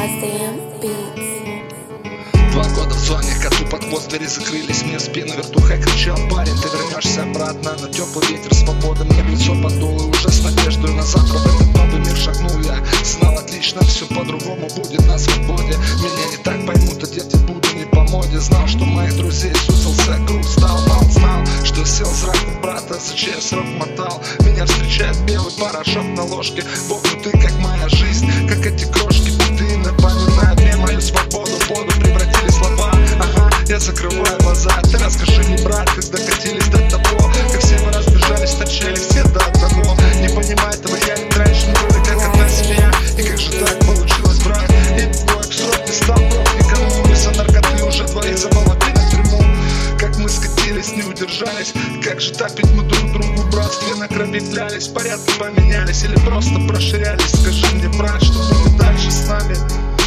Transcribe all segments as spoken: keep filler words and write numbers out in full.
Astem Beats. Два года в зоне, коту под хвост, двери закрылись мне в спину. Вертухай кричал: парень, ты вернешься обратно. Но теплый ветер свободы мне в лицо подул. И уже с надеждой на завтра в этот новый мир шагнул я. Знал отлично, все по-другому будет на свободе. Меня не так поймут, одет я буду не по моде. Знал, что моих друзей сузился круг, стал мал. Знал, что сел зрак у брата, за чей срок мотал. Меня встречает белый порошок на ложке. Вогнутый, как моя жизнь, как эти крошки. Ты напоминай мне мою свободу, воду превратили слова. Ага, я закрываю глаза. Ты расскажи мне, брат, как докатились до того, как все мы разбежались, торчали все до одного. Не понимаю этого я не раньше, не вроде как одна семья. И как же так получилось, брат? И твой срок не стал прок, никому из-за наркоты уже двоих заволокли на тюрьму. Как мы скатились, не удержались. Как же так, ведь мы друг другу в братстве на крови клялись. Порядки поменялись или просто проширялись? Скажи мне, брат, что будет дальше с нами?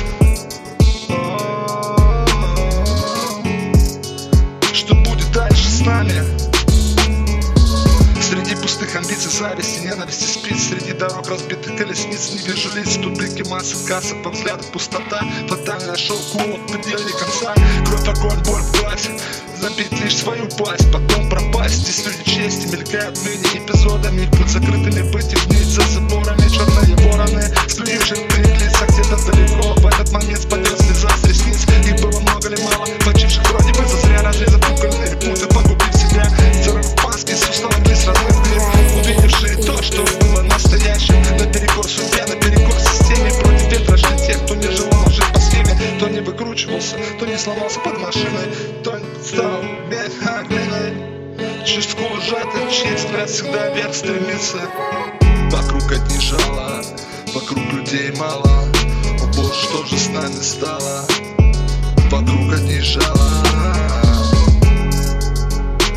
Что будет дальше с нами? Среди пустых амбиций, зависти, ненависти спит. Среди дорог разбитых колесниц не вижу лиц. Тупики, массы, кассы, по взгляду пустота. Фатальное шоу, клуб, предельный конца. Кровь, огонь, боль в глазе. Забить лишь свою пасть, потом пропасть. Здесь люди чести мелькают ныне эпизодами. Путь закрытыми быть их нить за заборами. Черные вороны, склеившие в лица где-то далеко. В этот момент спадет слеза с ресниц. Их было много ли мало, почивших вроде бы зазря. Разрезав кукольные путы, погубив себя. Здоровых паски, суставы близ родных дыр. Увидевшие то, что было настоящим. Наперекор судьбе, наперекор системе. Против ветра шли те, кто не желал жить по схеме. Кто не выкручивался, кто не сломался под машиной, кто не стал глиной. Чистку сжатый, чей взгляд всегда вверх стремится. Вокруг одни жало, вокруг людей мало. О боже, что же с нами стало? Вокруг одни жало,